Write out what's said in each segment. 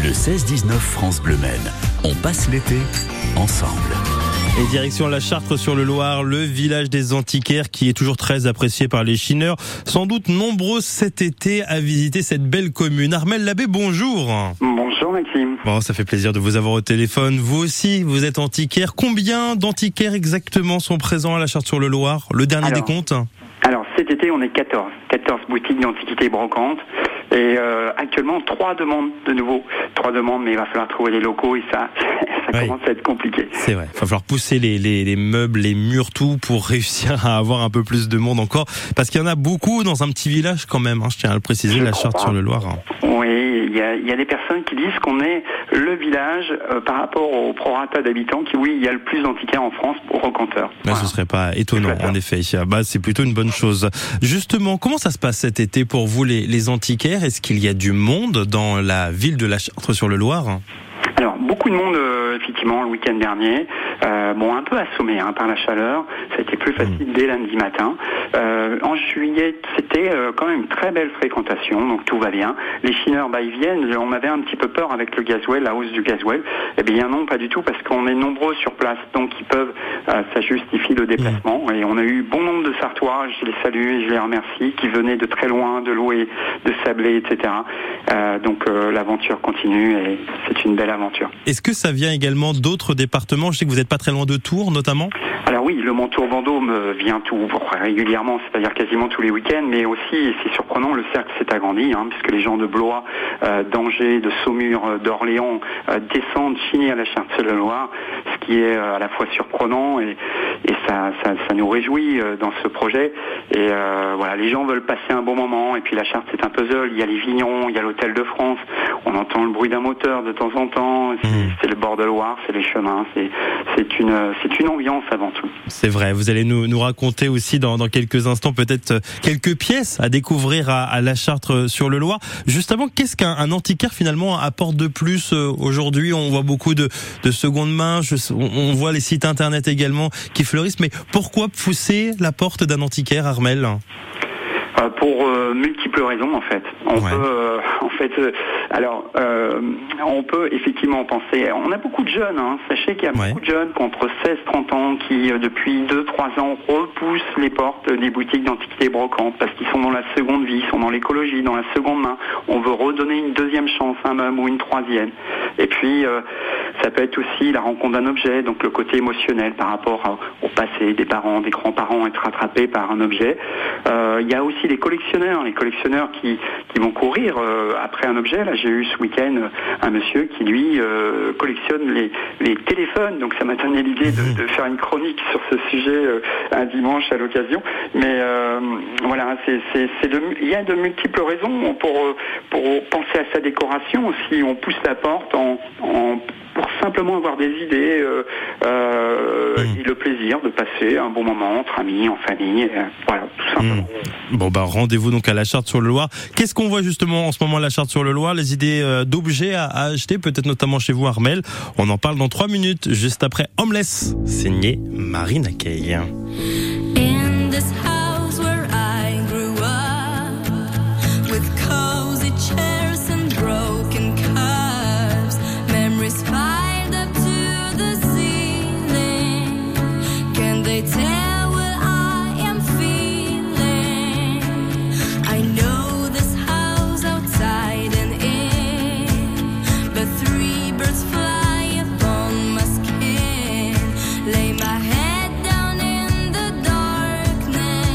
Le 16-19 France Bleu Maine. On passe l'été ensemble. Et direction la Châtre-sur-le-Loir, le village des antiquaires qui est toujours très apprécié par les chineurs. Sans doute nombreux cet été à visiter cette belle commune. Armel Labbé, bonjour. Bonjour Maxime. Bon, ça fait plaisir de vous avoir au téléphone. Vous aussi, vous êtes antiquaire. Combien d'antiquaires exactement sont présents à la Châtre-sur-le-Loir? Le dernier décompte? Alors cet été on est 14 boutiques d'antiquités brocantes. Et actuellement 3 demandes de nouveau. 3 demandes, mais il va falloir trouver les locaux et ça commence à être compliqué. C'est vrai, il va falloir pousser les meubles, les murs, tout pour réussir à avoir un peu plus de monde encore. Parce qu'il y en a beaucoup dans un petit village quand même, je tiens à le préciser, la Châtre-sur-le-Loir. Oui, il y a des personnes qui disent qu'on est le village par rapport au prorata d'habitants qui, oui, il y a le plus d'antiquaires en France pour brocanteurs. Voilà. Ce serait pas étonnant, en effet. C'est plutôt une bonne chose. Justement, comment ça se passe cet été pour vous les antiquaires? Est-ce qu'il y a du monde dans la ville de la Châtre-sur-le-Loir? Alors, beaucoup de monde, effectivement, le week-end dernier. Un peu assommé par la chaleur. Ça a été plus facile dès lundi matin. En juillet, c'était quand même une très belle fréquentation, donc tout va bien. Les chineurs, ils viennent. On avait un petit peu peur avec le gasoil, la hausse du gasoil. Eh bien non, pas du tout, parce qu'on est nombreux sur place, donc ils peuvent, ça justifie le déplacement. Et on a eu bon nombre de Sartois, je les salue et je les remercie, qui venaient de très loin, de Loué, de Sablé, etc. Donc l'aventure continue et c'est une belle aventure. Est-ce que ça vient également d'autres départements? Je sais que vous n'êtes pas très loin de Tours, notamment. Alors oui, le Montour Vendôme vient tout régulièrement, c'est-à-dire quasiment tous les week-ends, mais aussi, et c'est surprenant, le cercle s'est agrandi, puisque les gens de Blois, d'Angers, de Saumur, d'Orléans descendent chiner à la Châtre-sur-le-Loir, ce qui est à la fois surprenant et ça nous réjouit dans ce projet. Et les gens veulent passer un bon moment, et puis la Châtre c'est un puzzle, il y a les Vignons, il y a l'Hôtel de France, on entend le bruit d'un moteur de temps en temps, c'est le bord de Loire, c'est les chemins, c'est une ambiance avant tout. C'est vrai, vous allez nous raconter aussi dans quelques instants peut-être quelques pièces à découvrir à la Châtre-sur-le-Loir. Juste avant, qu'est-ce qu'un antiquaire finalement apporte de plus aujourd'hui? On voit beaucoup de seconde main, on voit les sites internet également qui fleurissent, mais pourquoi pousser la porte d'un antiquaire, Armel? Pour multiples raisons en fait. On peut effectivement penser. On a beaucoup de jeunes. Sachez qu'il y a beaucoup de jeunes qui ont entre 16-30 ans qui depuis 2-3 ans repoussent les portes des boutiques d'antiquités brocantes parce qu'ils sont dans la seconde vie, ils sont dans l'écologie, dans la seconde main. On veut redonner une deuxième chance à un meuble ou une troisième. Et puis ça peut être aussi la rencontre d'un objet, donc le côté émotionnel par rapport au passé des parents, des grands-parents, être rattrapés par un objet. Il y a aussi les collectionneurs qui vont courir après un objet. Là, j'ai eu ce week-end un monsieur qui lui collectionne les téléphones. Donc ça m'a donné l'idée de faire une chronique sur ce sujet un dimanche à l'occasion. Mais il y a de multiples raisons pour penser à sa décoration aussi. On pousse la porte pour simplement avoir des idées et le plaisir de passer un bon moment entre amis, en famille, tout simplement. Rendez-vous donc à la Châtre-sur-le-Loir. Qu'est-ce qu'on voit justement en ce moment à la Châtre-sur-le-Loir? Les idées d'objets à acheter, peut-être notamment chez vous, Armel. On en parle dans 3 minutes, juste après Homeless, signé Marine Akey. Lay my head down in the darkness.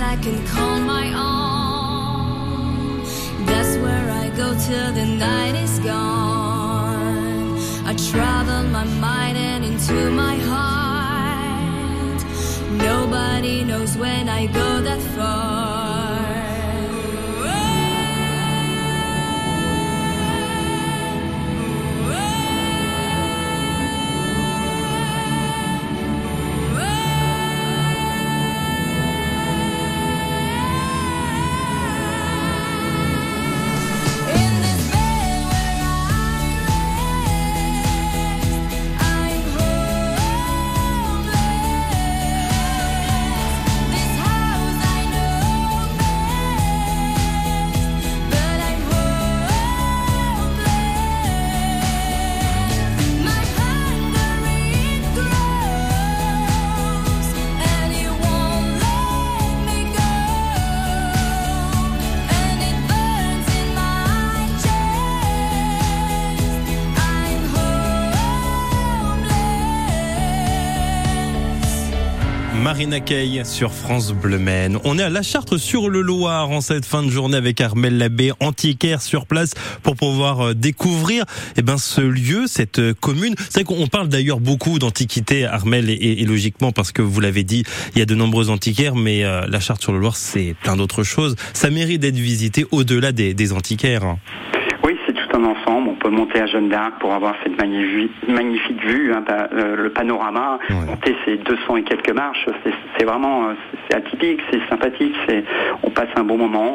I can call my own. That's where I go till the night is gone. I travel my mind and into my heart. Nobody knows when I go that far. Marina Kaye sur France Bleu Maine. On est à La Châtre-sur-le-Loir en cette fin de journée avec Armelle Labbé, antiquaire sur place pour pouvoir découvrir ce lieu, cette commune. C'est vrai qu'on parle d'ailleurs beaucoup d'antiquité, Armelle, et logiquement parce que vous l'avez dit, il y a de nombreux antiquaires, mais La Châtre-sur-le-Loir, c'est plein d'autres choses. Ça mérite d'être visité au-delà des antiquaires. Oui, c'est tout un ensemble. On peut monter à Jeanne d'Arc pour avoir cette magnifique vue, le panorama. Ouais. Monter ces 200 et quelques marches, c'est vraiment c'est atypique, c'est sympathique. On passe un bon moment,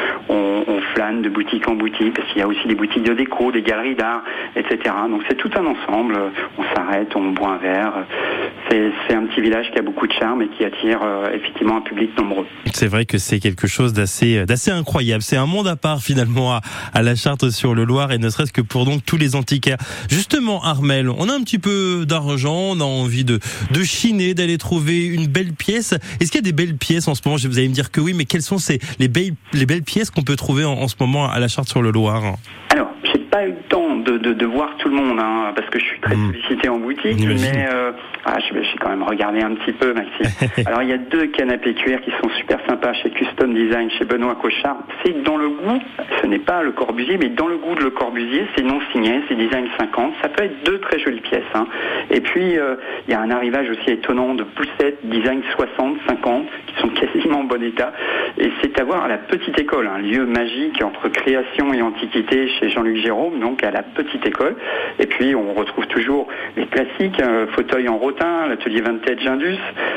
on flâne de boutique en boutique, parce qu'il y a aussi des boutiques de déco, des galeries d'art, etc. Donc c'est tout un ensemble. On s'arrête, on boit un verre. C'est un petit village qui a beaucoup de charme et qui attire effectivement un public nombreux. C'est vrai que c'est quelque chose d'assez incroyable. C'est un monde à part finalement à La Châtre-sur-le-Loir, et ne serait-ce que pour donc tous les antiquaires. Justement, Armelle, on a un petit peu d'argent, on a envie de chiner, d'aller trouver une belle pièce. Est-ce qu'il y a des belles pièces en ce moment? Vous allez me dire que oui, mais quelles sont les belles pièces qu'on peut trouver en ce moment à La Châtre-sur-le-Loir? Alors, j'ai pas eu le temps de voir tout le monde, parce que je suis très sollicité en boutique, mais j'ai quand même regardé un petit peu, Maxime. Alors, il y a 2 canapés cuir qui sont super sympas chez Custom Design, chez Benoît Cochard. C'est dans le goût, ce n'est pas Le Corbusier, mais dans le goût de Le Corbusier, c'est non signé, c'est design 50. Ça peut être 2 très jolies pièces. Et puis, il y a un arrivage aussi étonnant de poussettes, design 60, 50, qui sont quasiment en bon état. Et c'est à voir à la Petite École, un lieu magique entre création et antiquité chez Jean-Luc Jérôme, donc à la Petite École. Et puis, on retrouve toujours les classiques, fauteuil en rotin, l'atelier Vintage Indus,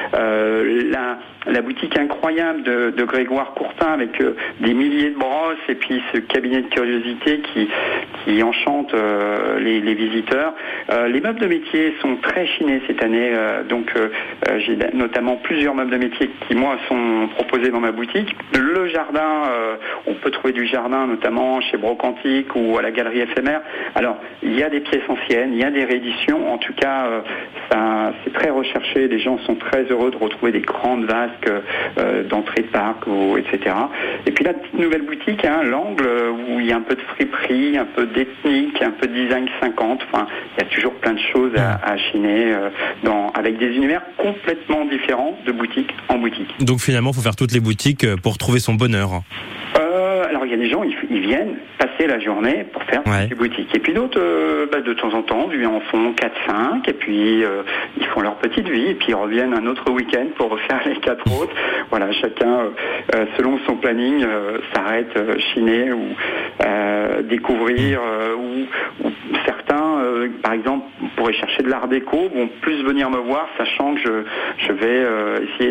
la boutique incroyable de Grégoire Courtin avec des milliers de brosses, et puis ce cabinet de curiosité qui enchante les visiteurs. Les meubles de métier sont très chinés cette année, donc j'ai notamment plusieurs meubles de métier qui, moi, sont proposés dans ma boutique. Le jardin, on peut trouver du jardin notamment chez Brocantique ou à la Galerie Éphémère. Alors, il y a des pièces anciennes, il y a des rééditions. En tout cas, c'est très recherché. Les gens sont très heureux de retrouver des grandes vasques d'entrée de parc, etc. Et puis la petite nouvelle boutique, l'Angle, où il y a un peu de friperie, un peu d'ethnique, un peu de design 50. Enfin, il y a toujours plein de choses à chiner avec des univers complètement différents de boutique en boutique. Donc finalement, il faut faire toutes les boutiques pour trouver son bonheur. Alors il y a des gens, ils viennent passer la journée pour faire des boutiques. Et puis d'autres, de temps en temps, ils en font 4-5, et puis ils font leur petite vie, et puis ils reviennent un autre week-end pour refaire les 4 autres. Voilà, chacun, selon son planning, s'arrête chiner ou découvrir, ou certains, par exemple, pourraient chercher de l'art déco, vont plus venir me voir, sachant que je vais essayer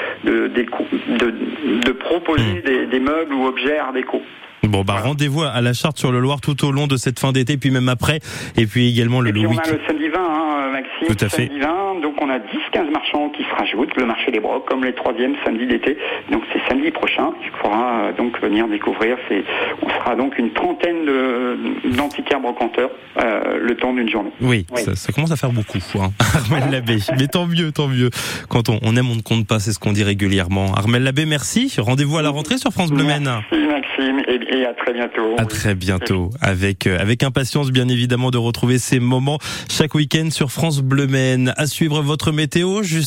de proposer des meubles ou objets art déco. Bon, rendez-vous à La Châtre-sur-le-Loir tout au long de cette fin d'été, puis même après, et puis également le week-end. On a le samedi 20, Maxime. Tout à fait. Samedi 20, donc on a 10-15 marchands qui se rajoutent, le marché des Brocs, comme les 3e samedis d'été. Donc c'est samedi prochain, il faudra donc venir découvrir. On sera donc une trentaine d'antiquaires brocanteurs le temps d'une journée. Oui. Ça commence à faire beaucoup, Armelle Labbé. Mais tant mieux. Quand on aime, on ne compte pas, c'est ce qu'on dit régulièrement. Armelle Labbé, merci. Rendez-vous à la rentrée sur France Bleu Maine. Merci, Maxime, et à très bientôt. À très bientôt. Avec impatience, bien évidemment, de retrouver ces moments chaque week-end sur France Bleu Maine. À suivre votre météo, juste